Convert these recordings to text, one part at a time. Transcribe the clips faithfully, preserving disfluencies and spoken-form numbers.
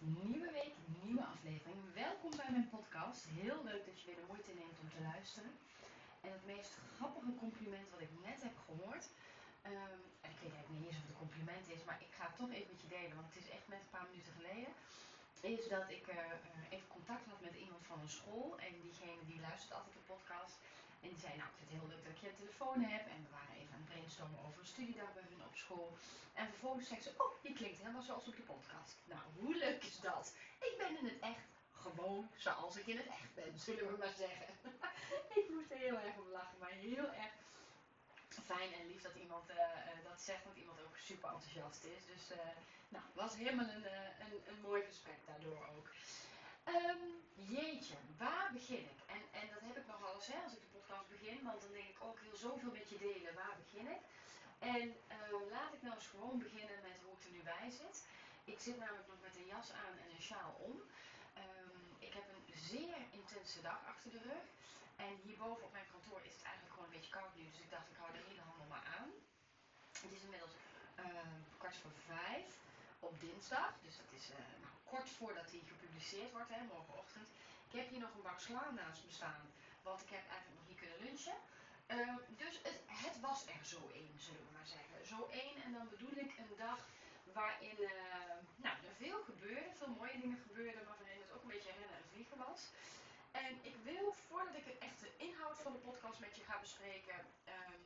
Nieuwe week, nieuwe aflevering. Welkom bij mijn podcast. Heel leuk dat je weer de moeite neemt om te luisteren. En het meest grappige compliment wat ik net heb gehoord. Um, en ik weet eigenlijk niet eens of het een compliment is, maar ik ga het toch even met je delen, want het is echt net een paar minuten geleden. Is dat ik uh, even contact had met iemand van een school. En diegene die luistert altijd de podcast. En die zei, nou ik vind het heel leuk dat ik je een telefoon heb. En we waren even aan het brainstormen over een studiedag bij hun op school. En vervolgens zegt ze, oh je klinkt helemaal zoals op de podcast. Nou, hoe leuk is dat? Ik ben in het echt gewoon zoals ik in het echt ben, zullen we maar zeggen. Ik moest er heel erg om lachen, maar heel erg fijn en lief dat iemand uh, uh, dat zegt, want iemand ook super enthousiast is. Dus uh, nou, het was helemaal een, uh, een, een mooi gesprek daardoor ook. Um, jeetje, waar begin ik? En, en dat heb ik nog eens, hè, als ik de podcast begin, want dan denk ik ook, ik wil zoveel met je delen, waar begin ik? En uh, laat ik nou eens gewoon beginnen met hoe ik er nu bij zit. Ik zit namelijk nog met een jas aan en een sjaal om. Um, ik heb een zeer intense dag achter de rug. En hierboven op mijn kantoor is het eigenlijk gewoon een beetje koud nu. Dus ik dacht, ik hou de hele handel maar aan. Het is inmiddels uh, kwart voor vijf op dinsdag. Dus dat is uh, nou, kort voordat hij gepubliceerd wordt, hè, morgenochtend. Ik heb hier nog een bak sla naast me staan. Want ik heb eigenlijk nog niet kunnen lunchen. Uh, dus het, het was er zo één, zullen we maar zeggen. Zo één, en dan bedoel ik een dag waarin uh, nou, er veel gebeurde, veel mooie dingen gebeurden, maar waarin het ook een beetje rennen en vliegen was. En ik wil, voordat ik echt de inhoud van de podcast met je ga bespreken, um,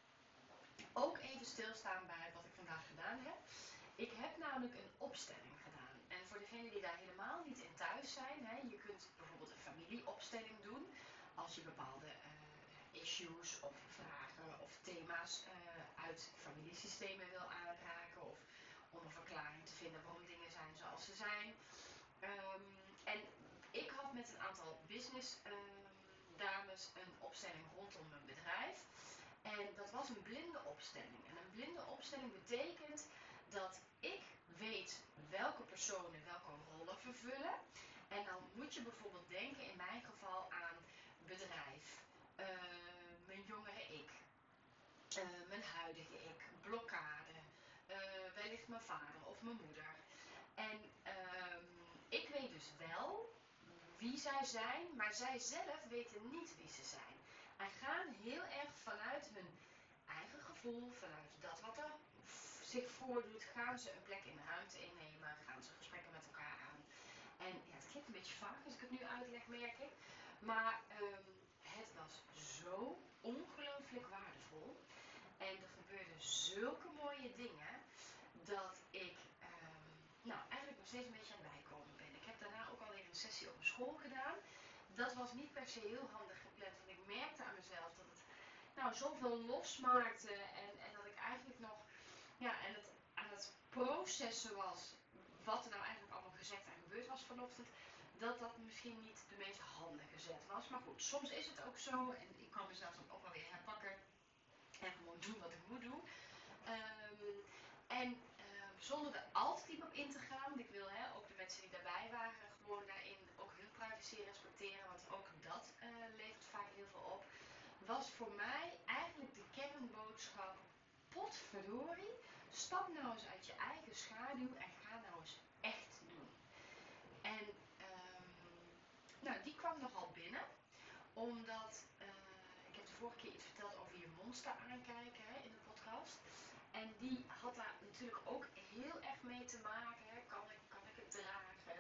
ook even stilstaan bij wat ik vandaag gedaan heb. Ik heb namelijk een opstelling gedaan. En voor degenen die daar helemaal niet in thuis zijn, hè, je kunt bijvoorbeeld een familieopstelling doen als je bepaalde uh, issues of vragen of thema's uh, uit familiesystemen wil aanraken, of om een verklaring te vinden waarom dingen zijn zoals ze zijn. Um, en ik had met een aantal business um, dames een opstelling rondom mijn bedrijf. En dat was een blinde opstelling. En een blinde opstelling betekent dat ik weet welke personen welke rollen vervullen. En dan moet je bijvoorbeeld denken, in mijn geval, aan bedrijf, uh, mijn jongere ik, uh, mijn huidige ik, blokkade, uh, wellicht mijn vader of mijn moeder. En uh, ik weet dus wel wie zij zijn, maar zij zelf weten niet wie ze zijn. En gaan heel erg vanuit hun eigen gevoel, vanuit dat wat er zich voordoet, gaan ze een plek in de ruimte innemen, gaan ze gesprekken met elkaar aan. En ja, het klinkt een beetje vaag als ik het nu uitleg, merk ik. Maar um, het was zo ongelooflijk waardevol. En er gebeurden zulke mooie dingen dat ik um, nou, eigenlijk nog steeds een beetje aan het bijkomen ben. Ik heb daarna ook alweer een sessie op een school gedaan. Dat was niet per se heel handig gepland, want ik merkte aan mezelf dat het nou zoveel losmaakte en, en dat ik eigenlijk nog ja, en het aan het processen was wat er nou eigenlijk allemaal gezegd en gebeurd was vanochtend, dat dat misschien niet de meest handige zet was. Maar goed, soms is het ook zo en ik kan mezelf dan ook wel weer herpakken en gewoon doen wat ik moet doen. Um, en uh, zonder er al te diep op in te gaan, want ik wil hè, ook de mensen die daarbij waren gewoon daarin ook hun privacy respecteren, want ook dat uh, levert vaak heel veel op, was voor mij eigenlijk de kernboodschap: potverdorie, stap nou eens uit je eigen schaduw en ga nou eens echt doen. En um, nou, die kwam nogal binnen, omdat uh, ik heb de vorige keer iets verteld over je monster aankijken hè, in de podcast. En die had daar natuurlijk ook heel erg mee te maken. Hè. Kan, ik, kan ik het dragen?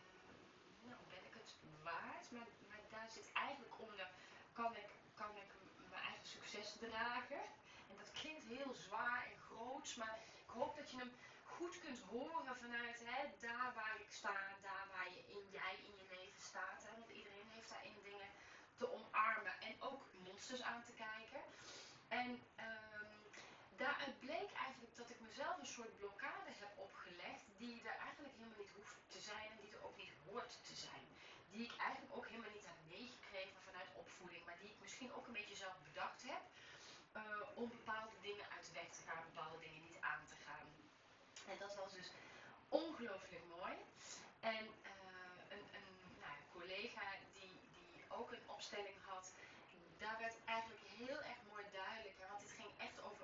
Uh, nou, ben ik het waard? Maar, maar daar zit eigenlijk onder, kan ik, kan ik mijn eigen succes dragen? En dat klinkt heel zwaar en groots, maar ik hoop dat je hem goed kunt horen vanuit hè, daar waar ik sta, daar waar je in, jij in je leven staat. Hè, want iedereen heeft daarin dingen te omarmen en ook monsters aan te kijken. En um, daaruit bleek eigenlijk dat ik mezelf een soort blokkade heb opgelegd die er eigenlijk helemaal niet hoeft te zijn en die er ook niet hoort te zijn. Die ik eigenlijk ook helemaal niet heb meegekregen vanuit opvoeding, maar die ik misschien ook een beetje zelf bedacht heb. Uh, om bepaalde dingen uit de weg te gaan, bepaalde dingen niet aan te gaan. En dat was dus ongelooflijk mooi. En uh, een, een nou, collega die, die ook een opstelling had, daar werd eigenlijk heel erg mooi duidelijk, want dit ging echt over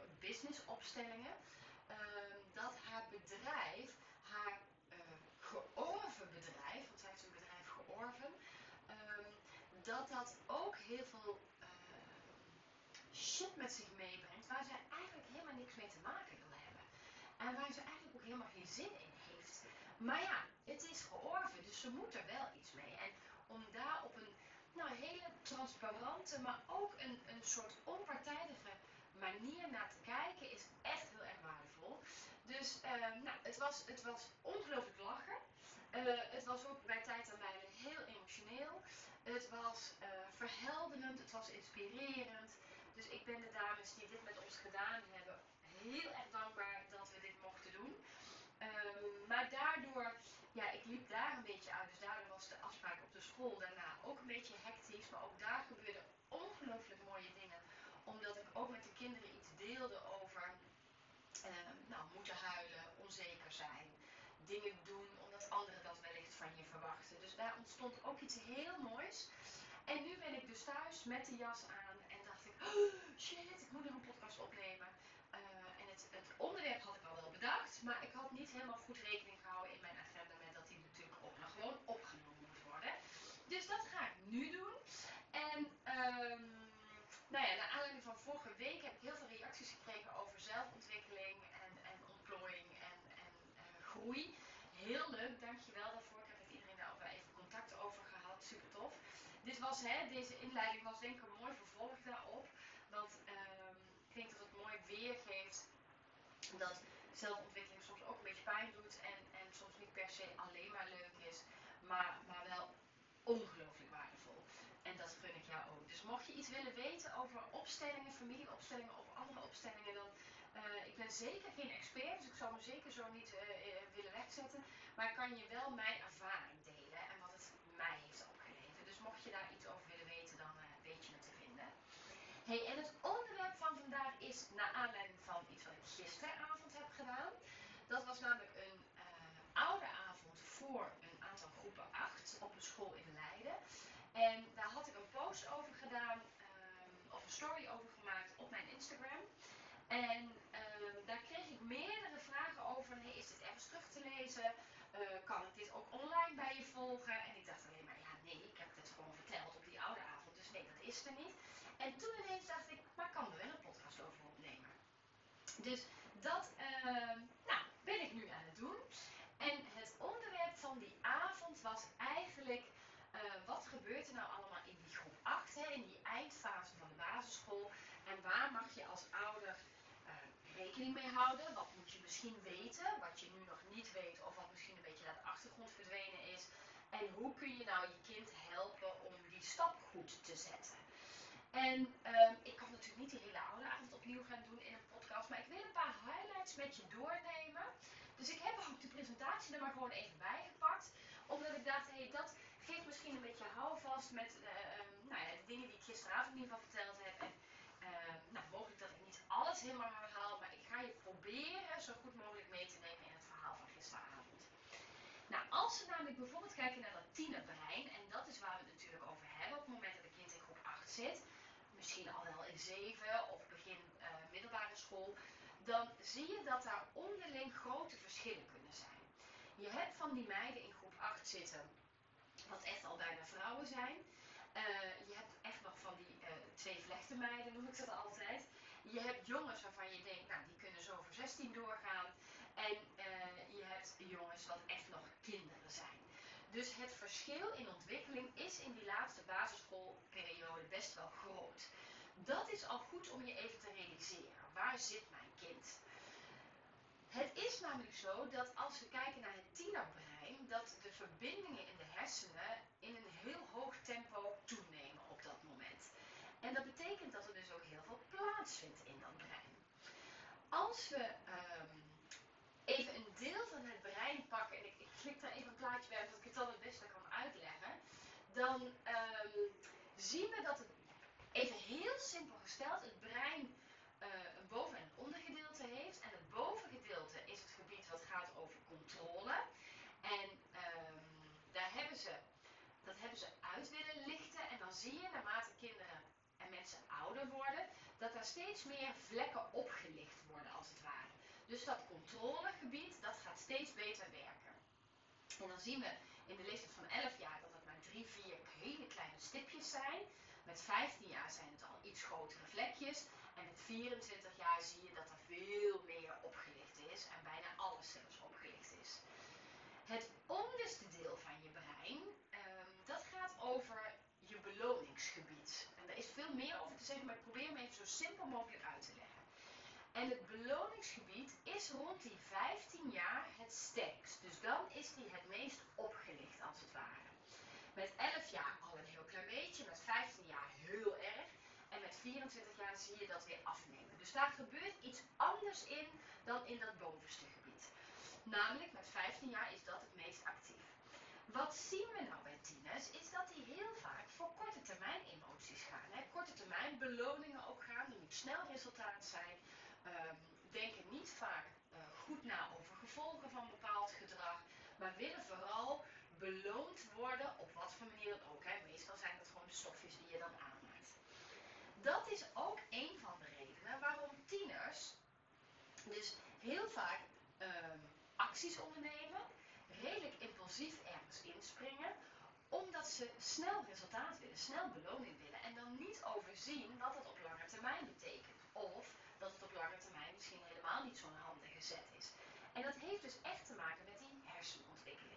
businessopstellingen, uh, dat haar bedrijf haar uh, geoorverwezen dat dat ook heel veel uh, shit met zich meebrengt waar zij eigenlijk helemaal niks mee te maken wil hebben. En waar ze eigenlijk ook helemaal geen zin in heeft. Maar ja, het is georven, dus ze moet er wel iets mee. En om daar op een nou, hele transparante, maar ook een, een soort onpartijdige manier naar te kijken, is echt heel erg waardevol. Dus uh, nou, het, was, het was ongelooflijk lachen. Uh, het was ook bij tijd en wijle heel emotioneel. Het was uh, verhelderend, het was inspirerend. Dus ik ben de dames die dit met ons gedaan hebben heel erg dankbaar dat we dit mochten doen. Um, maar daardoor, ja, ik liep daar een beetje uit. Dus daardoor was de afspraak op de school daarna ook een beetje hectisch. Maar ook daar gebeurden ongelooflijk mooie dingen. Omdat ik ook met de kinderen iets deelde over um, nou, moeten huilen, onzeker zijn. Dingen doen omdat anderen dat wellicht van je verwachten. Dus daar ontstond ook iets heel moois. En nu ben ik dus thuis met de jas aan en dacht ik, oh, shit, ik moet nog een podcast opnemen. Uh, en het, het onderwerp had ik al wel bedacht, maar ik had niet helemaal goed rekening gehouden in mijn agenda met dat die natuurlijk ook nog gewoon opgenomen moet worden. Dus dat ga ik nu doen. En um, nou ja, naar aanleiding van vorige week heb ik heel veel reacties gekregen over zelfontwikkeling en, en ontplooiing en, en uh, groei. Heel leuk, dankjewel daarvoor. Ik heb met iedereen daar ook wel even contact over gehad. Super tof. Dit was, hè, deze inleiding was denk ik een mooi vervolg daarop. Want um, ik denk dat het mooi weergeeft dat zelfontwikkeling soms ook een beetje pijn doet. En, en soms niet per se alleen maar leuk is. Maar, maar wel ongelooflijk waardevol. En dat gun ik jou ook. Dus mocht je iets willen weten over opstellingen, familieopstellingen of andere opstellingen, dan uh, ik ben zeker geen expert, dus ik zal me zeker zo niet uh, uh, willen wegzetten. Maar ik kan je wel mijn ervaring delen en wat het mij heeft opgeleverd. Dus mocht je daar iets over willen weten, dan uh, weet je me te vinden. Hey, en het onderwerp van vandaag is naar aanleiding van iets wat ik gisteravond heb gedaan. Dat was namelijk een uh, oude avond voor een aantal groepen acht op een school in Leiden. En daar had ik een post over gedaan, um, of een story over gemaakt op mijn Instagram. En um, daar kreeg ik meerdere vragen over. Hey, is dit ergens terug te lezen? Uh, kan ik dit ook online bij je volgen? En ik dacht alleen maar, ja nee, ik heb het gewoon verteld op die oude avond. Dus nee, dat is er niet. En toen ineens dacht ik, maar ik kan er wel een podcast over opnemen. Dus dat uh, nou, ben ik nu aan het doen. En het onderwerp van die avond was eigenlijk, uh, wat gebeurt er nou allemaal in die groep acht, hè, in die eindfase van de basisschool. En waar mag je als ouder uh, rekening mee houden? Wat moet je misschien weten, wat je nu nog niet weet of wat misschien een beetje naar de achtergrond verdwenen is. En hoe kun je nou je kind helpen om die stap goed te zetten? En uh, ik kan natuurlijk niet die hele oude avond opnieuw gaan doen in een podcast, maar ik wil een paar highlights met je doornemen. Dus ik heb ook de presentatie er maar gewoon even bij gepakt, omdat ik dacht, hé, hey, dat geeft misschien een beetje houvast met uh, um, nou ja, de dingen die ik gisteravond in ieder geval verteld heb. En uh, nou, mogelijk dat ik niet alles helemaal herhaal, maar ik ga je proberen zo goed mogelijk mee te nemen in het verhaal van gisteravond. Nou, als we namelijk bijvoorbeeld kijken naar dat tienerbrein, en dat is waar we het natuurlijk over hebben op het moment dat een kind in groep acht zit, misschien al wel in zeven of begin uh, middelbare school, dan zie je dat daar onderling grote verschillen kunnen zijn. Je hebt van die meiden in groep acht zitten, wat echt al bijna vrouwen zijn. Uh, je hebt echt nog van die uh, twee vlechten meiden, noem ik dat altijd. Je hebt jongens waarvan je denkt, nou die kunnen zo voor zestien doorgaan. En uh, je hebt jongens wat echt nog kinderen zijn. Dus het verschil in ontwikkeling is in die laatste basisschoolperiode best wel groot. Dat is al goed om je even te realiseren. Waar zit mijn kind? Het is namelijk zo dat als we kijken naar het tienerbrein, dat de verbindingen in de hersenen in een heel hoog tempo toenemen op dat moment. En dat betekent dat er dus ook heel veel plaatsvindt in dat brein. Als we um, even een deel van het brein pakken, en ik, ik klik daar even een plaatje bij, zodat ik het dan het beste kan uitleggen, dan um, zien we dat het, even heel simpel gesteld, het brein uh, een boven- en een ondergedeelte heeft. En het bovengedeelte is het gebied wat gaat over controle. En um, daar hebben ze, dat hebben ze uit willen lichten. En dan zie je, naarmate kinderen en mensen ouder worden, dat er steeds meer vlekken opgelicht worden, als het ware. Dus dat controlegebied, dat gaat steeds beter werken. En dan zien we in de leeftijd van elf jaar dat het maar drie, vier hele kleine stipjes zijn. Met vijftien jaar zijn het al iets grotere vlekjes. En met vierentwintig jaar zie je dat er veel meer opgelicht is en bijna alles zelfs opgelicht is. Het onderste deel van je brein, um, dat gaat over je beloningsgebied. En daar is veel meer over te zeggen, maar ik probeer hem even zo simpel mogelijk uit te leggen. En het beloningsgebied is rond die vijftien jaar het sterkst. Dus dan is die het meest opgelicht als het ware. Met elf jaar al een heel klein beetje, met vijftien jaar heel erg. En met vierentwintig jaar zie je dat weer afnemen. Dus daar gebeurt iets anders in dan in dat bovenste gebied. Namelijk met vijftien jaar is dat het meest actief. Wat zien we nou bij tieners? Is dat die heel vaak voor korte termijn emoties gaan. Hè? Korte termijn beloningen ook gaan. Er moet snel resultaat zijn. Um, denken niet vaak uh, goed na over gevolgen van bepaald gedrag. Maar willen vooral beloond worden op wat voor manier dan ook. Hè? Meestal zijn dat gewoon de stofjes die je dan aanmaakt. Dat is ook een van de redenen waarom tieners dus heel vaak um, acties ondernemen, redelijk impulsief ergens inspringen, omdat ze snel resultaat willen, snel beloning willen en dan niet overzien wat het op lange termijn betekent. Of dat het op lange termijn misschien helemaal niet zo'n handige zet is. En dat heeft dus echt te maken met die hersenontwikkeling.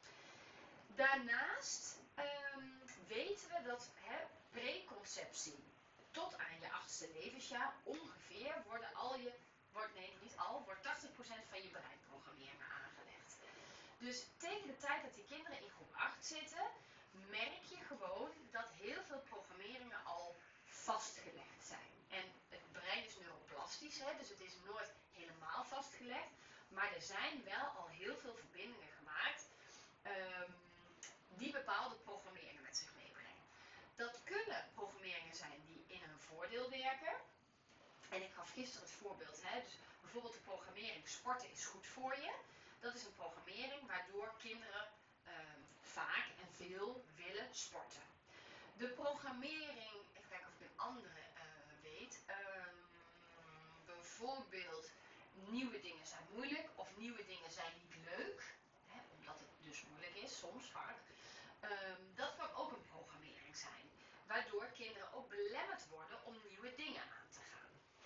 Daarnaast um, weten we dat hè, preconceptie tot aan je achtste levensjaar ongeveer worden al je, wordt, nee niet al, wordt tachtig procent van je breinprogrammeringen aangelegd. Dus tegen de tijd dat die kinderen in groep acht zitten, merk je gewoon dat heel veel programmeringen al vastgelegd zijn. En het brein is neuroplastisch, hè, dus het is nooit helemaal vastgelegd, maar er zijn wel al heel veel verbindingen gemaakt um, die bepaalde programmeringen met zich meebrengen. Dat kunnen programmeringen zijn die in hun voordeel werken. En ik gaf gisteren het voorbeeld, hè, dus bijvoorbeeld de programmering sporten is goed voor je. Dat is een programmering waardoor kinderen um, vaak en veel willen sporten. De programmering, even kijken of ik een andere uh, weet, um, bijvoorbeeld nieuwe dingen zijn moeilijk of nieuwe dingen zijn niet leuk, hè, omdat het dus moeilijk is, soms vaak. Um, dat kan ook een programmering zijn, waardoor kinderen ook belemmerd worden om nieuwe dingen aan te gaan.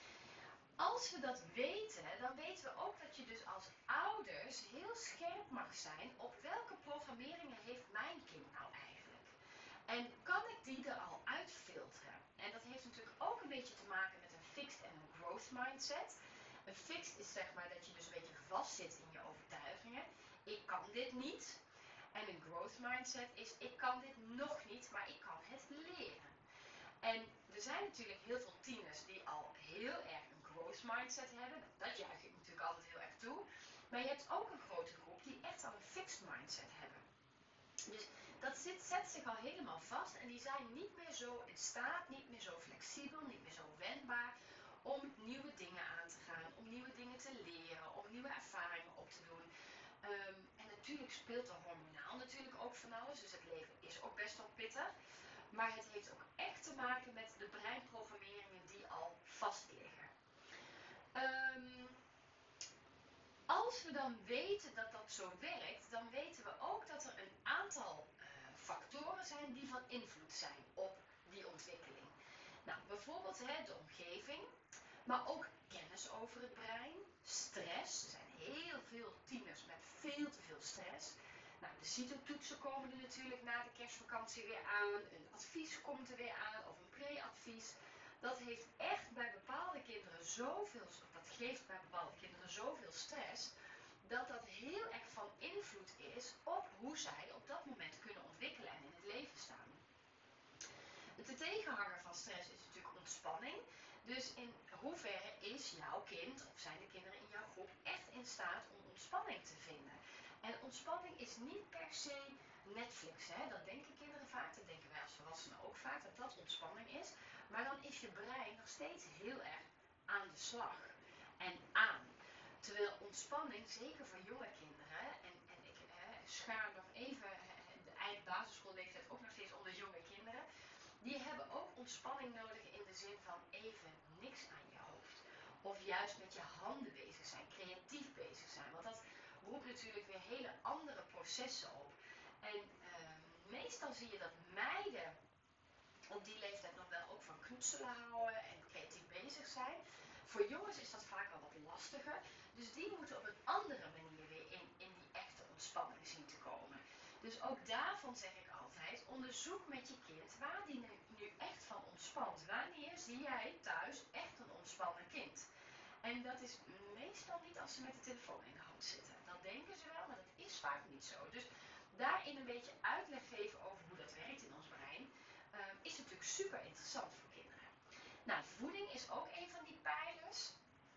Als we dat weten, dan weten we ook dat je dus als ouders heel scherp mag zijn op welke programmeringen heeft mijn kind nou eigenlijk. En kan ik die er al uitfilteren? En dat heeft natuurlijk ook een beetje te maken met een fixed en een growth mindset. Een fixed is zeg maar dat je dus een beetje vastzit in je overtuigingen. Ik kan dit niet. En een growth mindset is ik kan dit nog niet, maar ik kan het leren. En er zijn natuurlijk heel veel tieners die al heel erg een growth mindset hebben. Dat juich ik natuurlijk altijd heel erg toe. Maar je hebt ook een grote groep die echt al een fixed mindset hebben. Dus dat zit, zet zich al helemaal vast en die zijn niet meer zo in staat, niet meer zo flexibel, niet meer zo wendbaar om nieuwe dingen aan te gaan, om nieuwe dingen te leren, om nieuwe ervaringen op te doen. Um, en natuurlijk speelt er hormonaal natuurlijk ook van alles, dus het leven is ook best wel pittig. Maar het heeft ook echt te maken met de breinprogrammeringen die al vastliggen. Um, als we dan weten dat dat zo werkt, dan weten we ook dat er een aantal uh, factoren zijn die van invloed zijn op die ontwikkeling. Nou, bijvoorbeeld hè, de omgeving, maar ook kennis over het brein, stress. Er zijn heel veel tieners met veel te veel stress. Nou, de CITO-toetsen komen er natuurlijk na de kerstvakantie weer aan. Een advies komt er weer aan of een pre-advies. Dat heeft echt bij bepaalde kinderen zoveel, dat geeft bij bepaalde kinderen zoveel stress, dat dat heel erg van invloed is op hoe zij op dat moment kunnen ontwikkelen en in het leven staan. De tegenhanger van stress is natuurlijk ontspanning. Dus in hoeverre is jouw kind of zijn de kinderen in jouw groep echt in staat om ontspanning te vinden? En ontspanning is niet per se Netflix, hè? Dat denken kinderen vaak, dat denken wij als volwassenen ook vaak, dat dat ontspanning is. Maar dan is je brein nog steeds heel erg aan de slag en aan. Terwijl ontspanning, zeker voor jonge kinderen, en, en ik hè, schaar nog even de eindbasisschoolleeftijd ook nog steeds onder jonge kinderen, die hebben ook ontspanning nodig in de zin van even niks aan je hoofd. Of juist met je handen bezig zijn, creatief bezig zijn. Want dat roept natuurlijk weer hele andere processen op. En meestal zie je dat meiden op die leeftijd nog wel ook van knutselen houden en creatief bezig zijn. Voor jongens is dat vaak al wat lastiger. Dus die moeten op een andere manier weer in, in die echte ontspanning zien te komen. Dus ook daarvan zeg ik altijd, onderzoek met je kind waar die nu, nu echt van ontspant. Wanneer zie jij thuis echt een ontspannen kind? En dat is meestal niet als ze met de telefoon in de hand zitten. Dat denken ze wel, maar dat is vaak niet zo. Dus daarin een beetje uitleg geven over hoe dat werkt in ons brein, uh, is natuurlijk super interessant voor kinderen. Nou, voeding is ook een van die pijlers.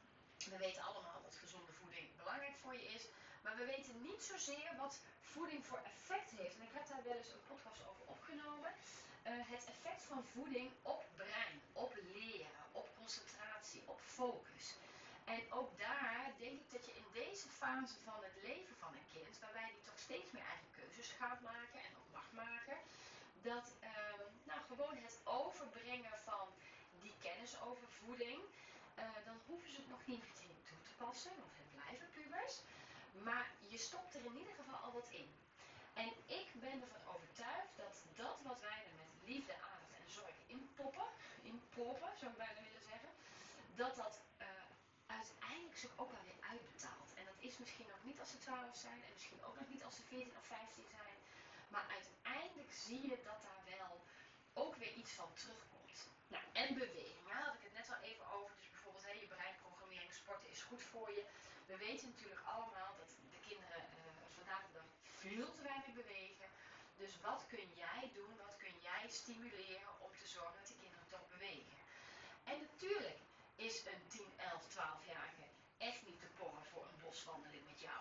We weten allemaal dat gezonde voeding belangrijk voor je is. Maar we weten niet zozeer wat voeding voor effect heeft. En ik heb daar wel eens een podcast over opgenomen. Uh, het effect van voeding op brein, op leren, op concentratie, op focus. En ook daar denk ik dat je in deze fase van het leven van een kind, waarbij die toch steeds meer eigen keuzes gaat maken en ook mag maken, dat uh, nou, gewoon het overbrengen van die kennis over voeding, uh, dan hoeven ze het nog niet meteen toe te passen, want het blijven pubers. Maar je stopt er in ieder geval al wat in. En ik ben ervan overtuigd dat dat wat wij er met liefde, aandacht en zorg inpoppen, inpoppen zou ik bijna willen zeggen, dat dat uh, uiteindelijk zich ook wel weer uitbetaalt. En dat is misschien ook niet als ze twaalf zijn en misschien ook nog niet als ze veertien of vijftien zijn. Maar uiteindelijk zie je dat daar wel ook weer iets van terugkomt. Nou, en beweging, daar had ik het net al even over. Dus bijvoorbeeld hè, je breinprogrammering, sporten is goed voor je. We weten natuurlijk allemaal dat de kinderen uh, vandaag de dag veel te weinig bewegen. Dus wat kun jij doen, wat kun jij stimuleren om te zorgen dat de kinderen toch bewegen? En natuurlijk is een tien, elf, twaalf-jarige echt niet te porren voor een boswandeling met jou.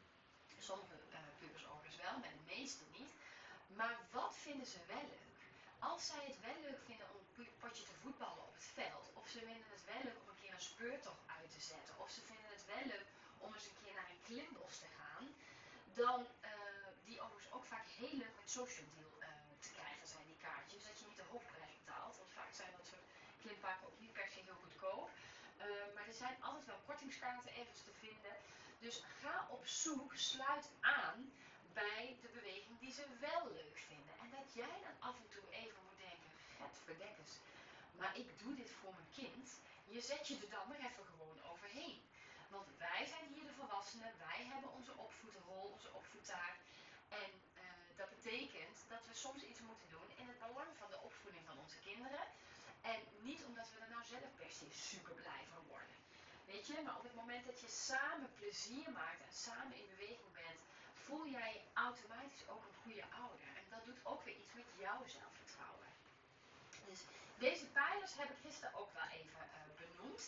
Sommige uh, pubers overigens wel, maar de meeste niet. Maar wat vinden ze wel leuk? Als zij het wel leuk vinden om een potje te voetballen op het veld, of ze vinden het wel leuk om een keer een speurtocht uit te zetten, of ze vinden het wel leuk om eens een keer naar een klimbos te gaan, dan, uh, die overigens ook vaak heel leuk met social deal uh, te krijgen zijn, die kaartjes, dat je niet de hoofdprijs betaalt, want vaak zijn dat soort klimparken ook niet per se heel goedkoop. Uh, maar er zijn altijd wel kortingskaarten ergens te vinden. Dus ga op zoek, sluit aan bij de beweging die ze wel leuk vinden. En dat jij dan af en toe even moet denken, getverdekkers, maar ik doe dit voor mijn kind. Je zet je er dan maar even gewoon overheen. Want wij zijn hier de volwassenen, wij hebben onze opvoedrol, onze opvoedtaak. En uh, dat betekent dat we soms iets moeten doen in het belang van de opvoeding van onze kinderen. En niet omdat we er nou zelf per se super blij van worden. Weet je, maar op het moment dat je samen plezier maakt en samen in beweging bent, voel jij je automatisch ook een goede ouder. En dat doet ook weer iets met jouw zelfvertrouwen. Dus deze pijlers heb ik gisteren ook wel even uh, benoemd.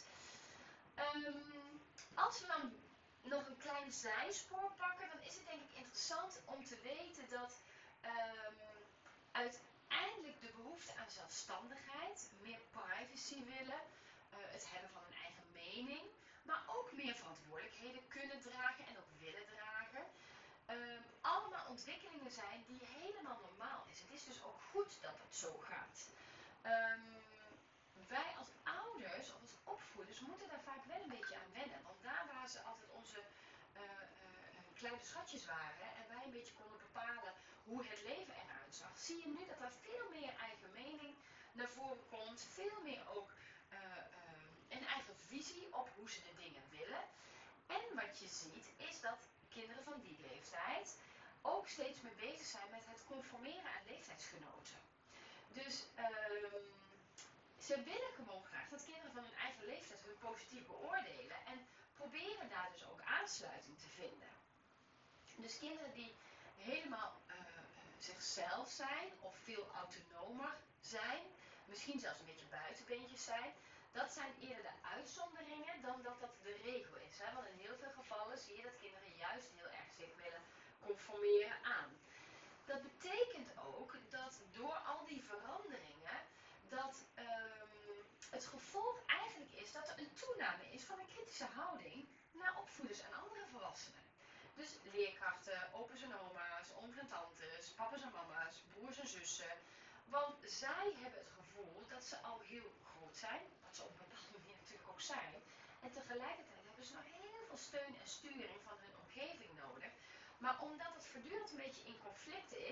Um, als we dan nog een klein zijspoor pakken, dan is het denk ik interessant om te weten dat um, uiteindelijk de behoefte aan zelfstandigheid, meer privacy willen, uh, het hebben van een eigen mening, maar ook meer verantwoordelijkheden kunnen dragen en ook willen dragen, um, allemaal ontwikkelingen zijn die helemaal normaal is. Het is dus ook goed dat het zo gaat. Um, wij als ouders of als opvoeders moeten daar vaak wel een beetje aan wennen. Want daar waar ze altijd onze uh, uh, kleine schatjes waren en wij een beetje konden bepalen hoe het leven eruit zag, zie je nu dat er veel meer eigen mening naar voren komt. Veel meer ook uh, uh, een eigen visie op hoe ze de dingen willen. En wat je ziet is dat kinderen van die leeftijd ook steeds meer bezig zijn met het conformeren aan leeftijdsgenoten. Dus um, ze willen gewoon graag dat kinderen van hun eigen leeftijd hun positief beoordelen en proberen daar dus ook aansluiting te vinden. Dus kinderen die helemaal uh, zichzelf zijn of veel autonomer zijn, misschien zelfs een beetje buitenbeentjes zijn, dat zijn eerder de uitzonderingen dan dat dat de regel is. Hè? Want in heel veel gevallen zie je dat kinderen juist heel erg zich willen conformeren aan. Dat betekent ook dat door al die veranderingen, dat um, het gevolg eigenlijk is dat er een toename is van een kritische houding naar opvoeders en andere volwassenen. Dus leerkrachten, opa's en oma's, ooms en tantes, papa's en mama's, broers en zussen. Want zij hebben het gevoel dat ze al heel groot zijn, wat ze op een bepaalde manier natuurlijk ook zijn. En tegelijkertijd hebben ze nog heel veel steun en sturing van hun omgeving nodig. Maar omdat het voortdurend een beetje in conflict is,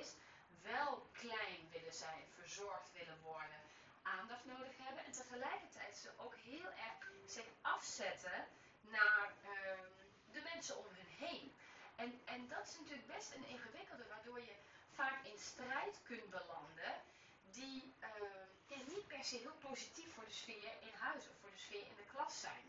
wel klein willen zijn, verzorgd willen worden, aandacht nodig hebben en tegelijkertijd ze ook heel erg zich afzetten naar um, de mensen om hun heen. En, en dat is natuurlijk best een ingewikkelde, waardoor je vaak in strijd kunt belanden die, um, die niet per se heel positief voor de sfeer in huis of voor de sfeer in de klas zijn.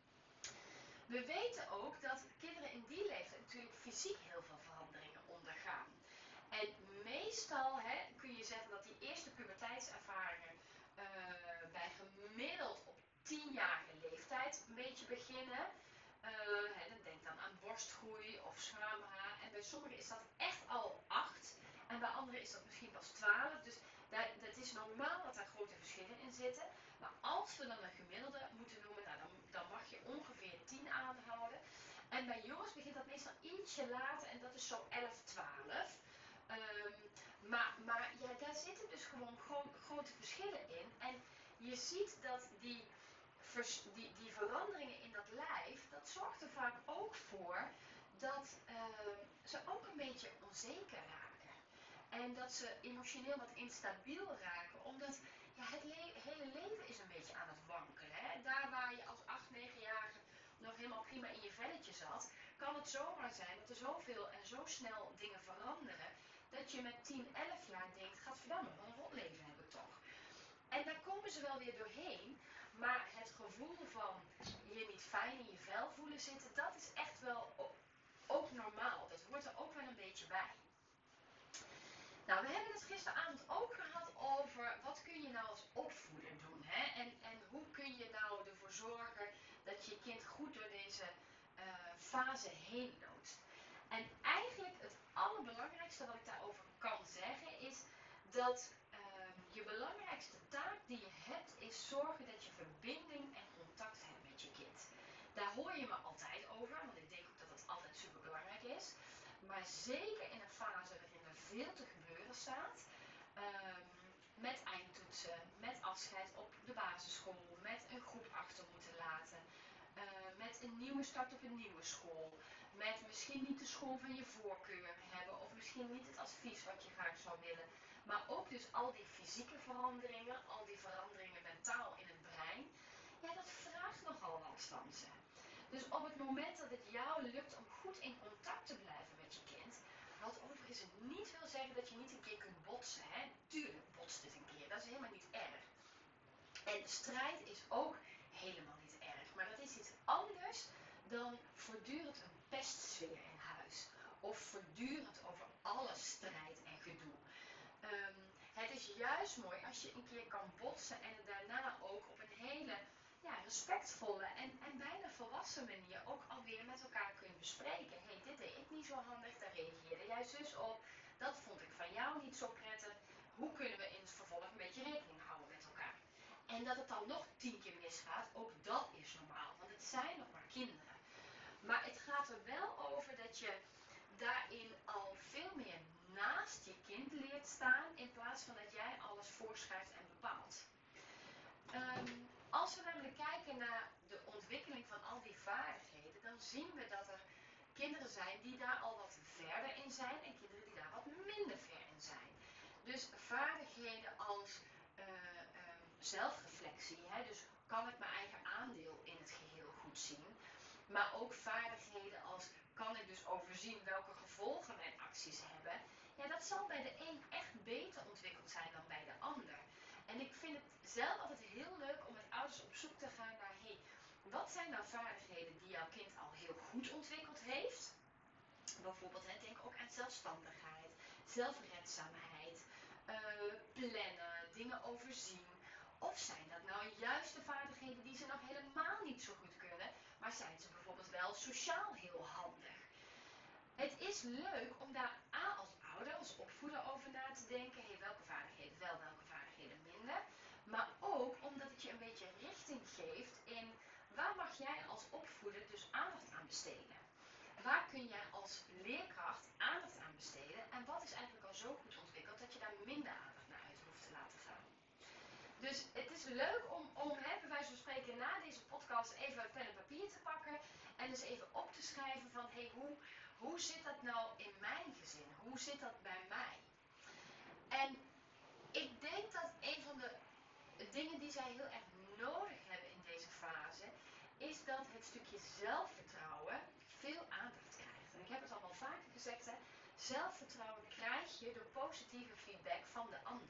We weten ook dat kinderen in die leeftijd natuurlijk fysiek heel veel veranderingen ondergaan. En meestal hè, kun je zeggen dat die eerste puberteitservaringen uh, bij gemiddeld op tienjarige leeftijd een beetje beginnen. Uh, hè, dan denk dan aan borstgroei of schaamhaar. En bij sommigen is dat echt al op acht. En bij anderen is dat misschien pas twaalf. Dus dat, dat is normaal dat daar grote verschillen in zitten. Maar als we dan een gemiddelde moeten noemen, nou, dan, dan mag je ongeveer tien aanhouden. En bij jongens begint dat meestal ietsje later en dat is zo elf, twaalf. Um, maar maar ja, daar zitten dus gewoon gro- grote verschillen in. En je ziet dat die, vers, die, die veranderingen in dat lijf, dat zorgt er vaak ook voor dat uh, ze ook een beetje onzeker raken. En dat ze emotioneel wat instabiel raken, omdat ja, het le- hele leven is een beetje aan het wankelen. Hè? Daar waar je als acht, negenjarige nog helemaal prima in je velletje zat, kan het zomaar zijn dat er zoveel en zo snel dingen veranderen, dat je met tien, elf jaar denkt, gadverdamme, wat een rotleven heb ik toch. En daar komen ze wel weer doorheen, maar het gevoel van je niet fijn in je vel voelen zitten, dat is echt wel ook normaal. Dat hoort er ook wel een beetje bij. Nou, we hebben het gisteravond ook gehad over wat kun je nou als opvoeder doen. Hè? En, en hoe kun je nou ervoor zorgen dat je kind goed door deze uh, fase heen loopt. En eigenlijk het allerbelangrijkste wat ik daarover kan zeggen is dat uh, je belangrijkste taak die je hebt is zorgen dat je verbinding en contact hebt met je kind. Daar hoor je me altijd over, want ik denk ook dat dat altijd super belangrijk is. Maar zeker in een fase waarin er veel te gebeuren staat, um, met eindtoetsen, met afscheid op de basisschool, met een groep achter moeten laten, uh, met een nieuwe start op een nieuwe school, met misschien niet de school van je voorkeur hebben of misschien niet het advies wat je graag zou willen, maar ook dus al die fysieke veranderingen, al die veranderingen mentaal in het brein, ja, dat vraagt nogal wat van ze. Dus op het moment dat het jou lukt om goed in contact te blijven met je kind, wat overigens niet wil zeggen dat je niet een keer kunt botsen, hè. Tuurlijk botst het een keer, dat is helemaal niet erg. En strijd is ook helemaal niet erg, maar dat is iets anders dan voortdurend een pestsfeer in huis. Of voortdurend over alles strijd en gedoe. Um, het is juist mooi als je een keer kan botsen en het daarna ook op een hele ja, respectvolle en, en bijna volwassen manier ook alweer met elkaar kunt bespreken. Hé, hey, dit deed ik niet zo handig, daar reageerde jij zus op. Dat vond ik van jou niet zo prettig. Hoe kunnen we in het vervolg een beetje rekening houden met elkaar? En dat het dan nog tien keer misgaat, ook dat is normaal, want het zijn nog maar kinderen. Maar het gaat er wel over dat je daarin al veel meer naast je kind leert staan, in plaats van dat jij alles voorschrijft en bepaalt. Um, als we namelijk kijken naar de ontwikkeling van al die vaardigheden, dan zien we dat er kinderen zijn die daar al wat verder in zijn en kinderen die daar wat minder ver in zijn. Dus vaardigheden als uh, um, zelfreflectie, hè? Dus kan ik mijn eigen aandeel in het geheel goed zien, maar ook vaardigheden als kan ik dus overzien welke gevolgen mijn acties hebben, ja, dat zal bij de een echt beter ontwikkeld zijn dan bij de ander. En ik vind het zelf altijd heel leuk om met ouders op zoek te gaan naar, hé, hey, wat zijn nou vaardigheden die jouw kind al heel goed ontwikkeld heeft? Bijvoorbeeld, hè, denk ook aan zelfstandigheid, zelfredzaamheid, uh, plannen, dingen overzien. Of zijn dat nou juist de vaardigheden die ze nog helemaal niet zo goed kunnen, maar zijn ze bijvoorbeeld wel sociaal heel handig? Het is leuk om daar A als ouder, als opvoeder over na te denken. Hey, welke vaardigheden wel, welke vaardigheden minder. Maar ook omdat het je een beetje richting geeft in waar mag jij als opvoeder dus aandacht aan besteden. Waar kun jij als leerkracht aandacht aan besteden en wat is eigenlijk al zo goed ontwikkeld dat je daar minder aandacht naar uit hoeft te laten gaan. Dus het is leuk om, om hè, bij wijze van spreken na deze podcast even pen en papier te pakken en dus even op te schrijven van hey, hoe, hoe zit dat nou in mijn gezin? Hoe zit dat bij mij? dingen die zij heel erg nodig hebben in deze fase, is dat het stukje zelfvertrouwen veel aandacht krijgt. En ik heb het al wel vaker gezegd, hè, zelfvertrouwen krijg je door positieve feedback van de ander.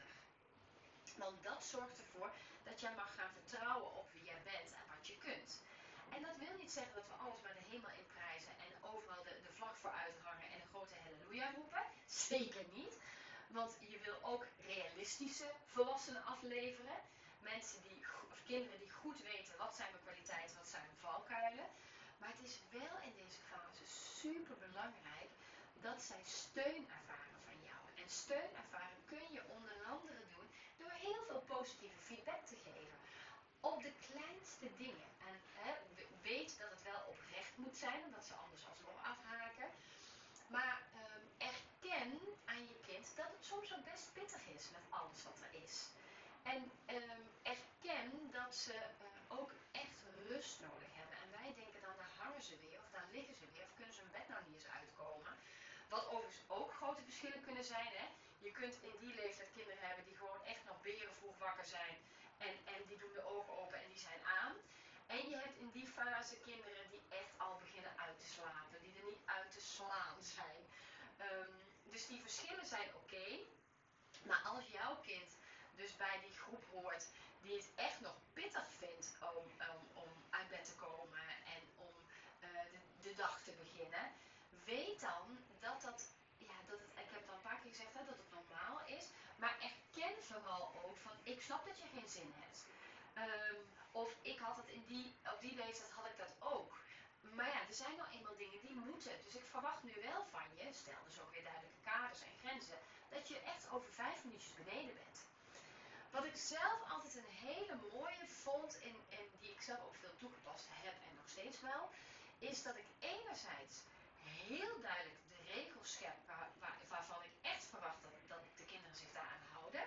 Want dat zorgt ervoor dat jij mag gaan vertrouwen op wie jij bent en wat je kunt. En dat wil niet zeggen dat we alles maar de hemel in prijzen en overal de, de vlag voor uithangen en een grote halleluja roepen. Zeker niet. Want je wil ook realistische volwassenen afleveren. Mensen die, of kinderen die goed weten wat zijn mijn kwaliteiten, wat zijn mijn valkuilen. Maar het is wel in deze fase super belangrijk dat zij steun ervaren van jou. En steun ervaren kun je onder andere doen door heel veel positieve feedback te geven. Op de kleinste dingen. En hè, weet dat het wel oprecht moet zijn, omdat ze anders alsnog afhaken. Maar um, erken aan je kind dat het soms ook best pittig is met alles wat er is. En um, erken dat ze uh, ook echt rust nodig hebben. En wij denken dan, daar hangen ze weer, of daar liggen ze weer, of kunnen ze hun bed nou niet eens uitkomen. Wat overigens ook grote verschillen kunnen zijn. Hè? Je kunt in die leeftijd kinderen hebben die gewoon echt nog berenvroeg wakker zijn. En, en die doen de ogen open en die zijn aan. En je hebt in die fase kinderen die echt al beginnen uit te slapen. Die er niet uit te slaan zijn. Um, dus die verschillen zijn oké. Okay, maar als jouw kind dus bij die groep hoort die het echt nog pittig vindt om, um, om uit bed te komen en om uh, de, de dag te beginnen. Weet dan dat dat, ja, dat het, ik heb het al een paar keer gezegd, hè, dat het normaal is. Maar erken vooral ook van, ik snap dat je geen zin hebt. Um, of ik had het in die, op die leeftijd had ik dat ook. Maar ja, er zijn nou eenmaal dingen die moeten. Dus ik verwacht nu wel van je, stel dus ook weer duidelijke kaders en grenzen, dat je echt over vijf minuutjes beneden bent. Wat ik zelf altijd een hele mooie vond, en, en die ik zelf ook veel toegepast heb en nog steeds wel, is dat ik enerzijds heel duidelijk de regels schep waar, waar, waarvan ik echt verwacht dat, dat de kinderen zich daaraan houden.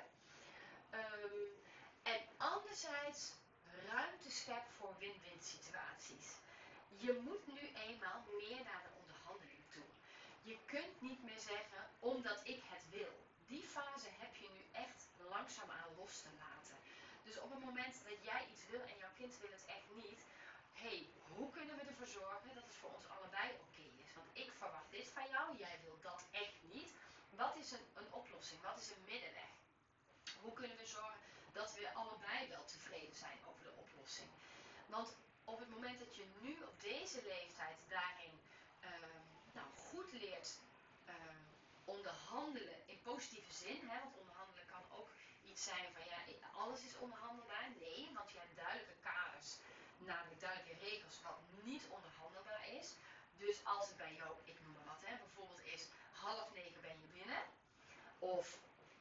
Um, en anderzijds ruimte schep voor win-win situaties. Je moet nu eenmaal meer naar de onderhandeling toe. Je kunt niet meer zeggen, omdat ik het wil. Die fase heb je nu echt langzaamaan los te laten. Dus op het moment dat jij iets wil en jouw kind wil het echt niet, hé, hey, hoe kunnen we ervoor zorgen dat het voor ons allebei oké okay is? Want ik verwacht dit van jou, jij wil dat echt niet. Wat is een, een oplossing? Wat is een middenweg? Hoe kunnen we zorgen dat we allebei wel tevreden zijn over de oplossing? Want op het moment dat je nu op deze leeftijd daarin uh, nou, goed leert uh, onderhandelen in positieve zin, hè, want onderhandelen kan ook iets zijn van ja, alles is onderhandelbaar. Nee, want je hebt duidelijke kaders, namelijk duidelijke regels wat niet onderhandelbaar is. Dus als het bij jou, ik noem maar wat, hè, bijvoorbeeld is half negen ben je binnen, of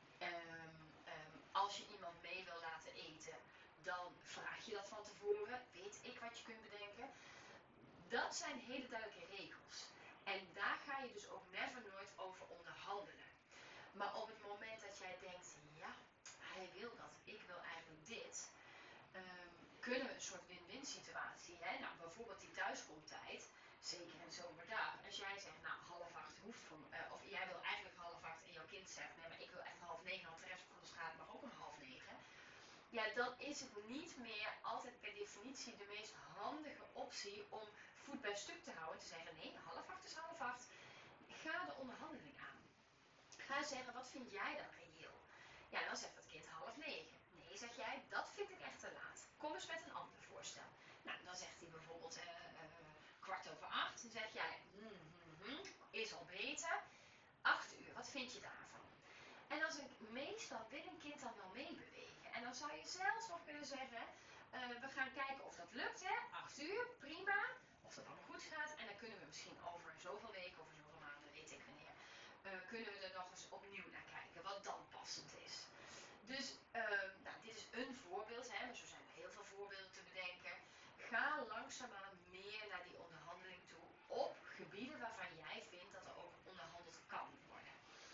um, um, als je iemand mee wil laten eten, dan vraag je dat van tevoren, weet ik wat je kunt bedenken. Dat zijn hele duidelijke regels. En daar ga je dus ook never nooit over onderhandelen. Maar op het moment dat jij denkt, ja, hij wil dat, ik wil eigenlijk dit, um, kunnen we een soort win-win situatie, hè? Nou, bijvoorbeeld die thuiskomtijd, zeker in zomerdag. Als jij zegt, nou, half acht hoeft van, uh, of jij wil eigenlijk half acht en jouw kind zegt, nee, maar ik wil echt half negen, want de rest van de straat mag ook om half negen. Ja, dan is het niet meer altijd per definitie de meest handige optie om voet bij stuk te houden. Te zeggen, nee, half acht is half acht. Ga de onderhandeling aan. Ga zeggen, wat vind jij dan reëel? Ja, dan zegt het kind half negen. Nee, zeg jij, dat vind ik echt te laat. Kom eens met een ander voorstel. Nou, dan zegt hij bijvoorbeeld uh, uh, kwart over acht. Dan zeg jij, hmm, hmm, hmm, is al beter. Acht uur, wat vind je daarvan? En als een, meestal wil een kind dan wel meebewegen. En dan zou je zelfs nog kunnen zeggen, uh, we gaan kijken of dat lukt, hè? Acht uur, prima. Of dat allemaal goed gaat. En dan kunnen we misschien over zoveel weken, over zoveel maanden, weet ik wanneer, uh, kunnen we er nog eens opnieuw naar kijken, wat dan passend is. Dus, uh, nou, dit is een voorbeeld, hè, maar zo zijn er heel veel voorbeelden te bedenken. Ga langzaamaan meer naar die onderhandeling toe op gebieden waarvan jij vindt dat er ook onderhandeld kan worden.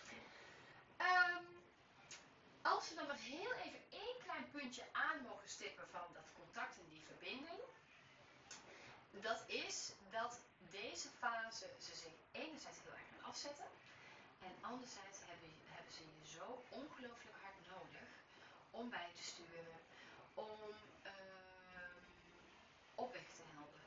Um, als we dan nog heel even één klein puntje aan mogen stippen van dat contact en die verbinding. Dat is dat deze fase ze zich enerzijds heel erg gaan afzetten. En anderzijds hebben, hebben ze je zo ongelooflijk hard nodig om bij te sturen, om uh, op weg te helpen.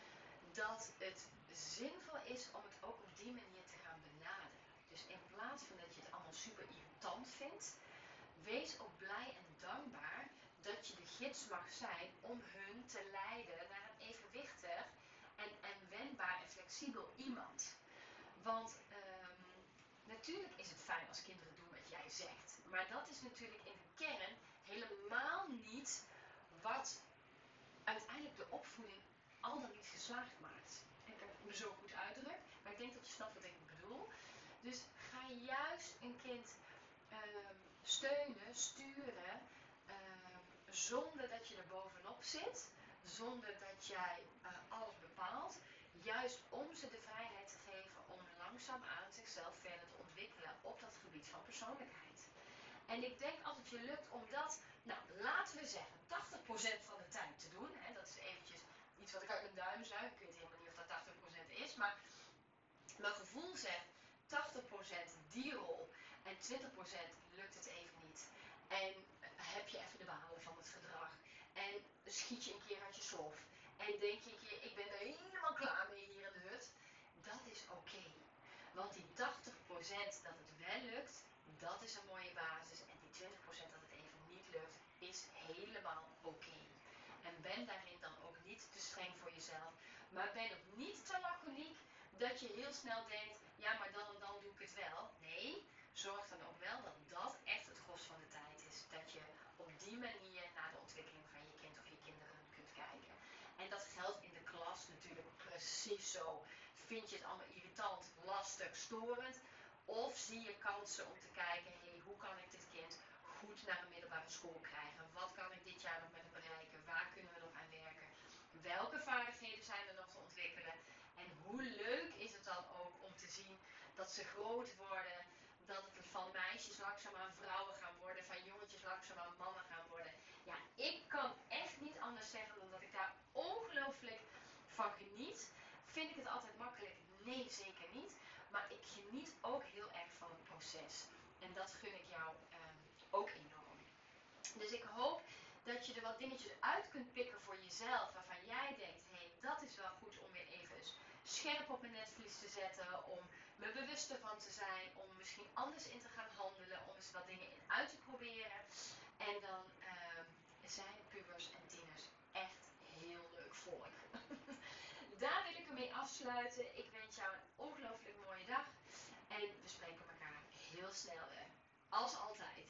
Dat het zinvol is om het ook op die manier te gaan benaderen. Dus in plaats van dat je het allemaal super irritant vindt, wees ook blij en dankbaar dat je de gids mag zijn om hun te leiden naar een evenwichtig en, en wendbaar en flexibel iemand. Want um, natuurlijk is het fijn als kinderen doen wat jij zegt. Maar dat is natuurlijk in de kern helemaal niet wat uiteindelijk de opvoeding al dan niet geslaagd maakt. Ik heb me zo goed uitdruk, maar ik denk dat je snapt wat ik bedoel. Dus ga juist een kind um, steunen, sturen, um, zonder dat je er bovenop zit, zonder dat jij uh, alles bepaalt, juist om ze de vrijheid te geven om langzaamaan zichzelf verder te ontwikkelen op dat gebied van persoonlijkheid. En ik denk als het je lukt om dat, nou laten we zeggen, tachtig procent van de tijd te doen, hè, dat is eventjes iets wat ik uit mijn duim zuig, ik weet helemaal niet of dat tachtig procent is, maar mijn gevoel zegt tachtig procent die rol en twintig procent lukt het even niet. En heb je even de behalen van het gedrag. En schiet je een keer uit je slof. En denk je een keer, ik ben er helemaal klaar mee hier in de hut. Dat is oké. Okay. Want die tachtig procent dat het wel lukt, dat is een mooie basis. En die twintig procent dat het even niet lukt, is helemaal oké. Okay. En ben daarin dan ook niet te streng voor jezelf. Maar ben ook niet te laconiek dat je heel snel denkt, ja maar dan en dan doe ik het wel. Nee, zorg dan ook wel dat dat echt het gros van de tijd is. Dat je op die manier naar de ontwikkeling van je kind of je kinderen kunt kijken. En dat geldt in de klas natuurlijk precies zo. Vind je het allemaal irritant, lastig, storend? Of zie je kansen om te kijken, hé, hey, hoe kan ik dit kind goed naar een middelbare school krijgen? Wat kan ik dit jaar nog met hem bereiken? Waar kunnen we nog aan werken? Welke vaardigheden zijn er nog te ontwikkelen? En hoe leuk is het dan ook om te zien dat ze groot worden, dat het van meisjes langzaamaan vrouwen gaan worden, van jongetjes langzaamaan mannen gaan worden. Ja, ik kan echt niet anders zeggen dan dat ik daar ongelooflijk van geniet. Vind ik het altijd makkelijk? Nee, zeker niet. Maar ik geniet ook heel erg van het proces. En dat gun ik jou um, ook enorm. Dus ik hoop dat je er wat dingetjes uit kunt pikken voor jezelf, waarvan jij denkt, hé, hey, dat is wel goed om weer even eens scherp op mijn netvlies te zetten, om me bewust ervan te zijn, om misschien anders in te gaan handelen, om eens wat dingen in uit te proberen. En dan uh, zijn pubers en tieners echt heel leuk volk. Daar wil ik ermee afsluiten. Ik wens jou een ongelooflijk mooie dag en we spreken elkaar heel snel weer. Als altijd.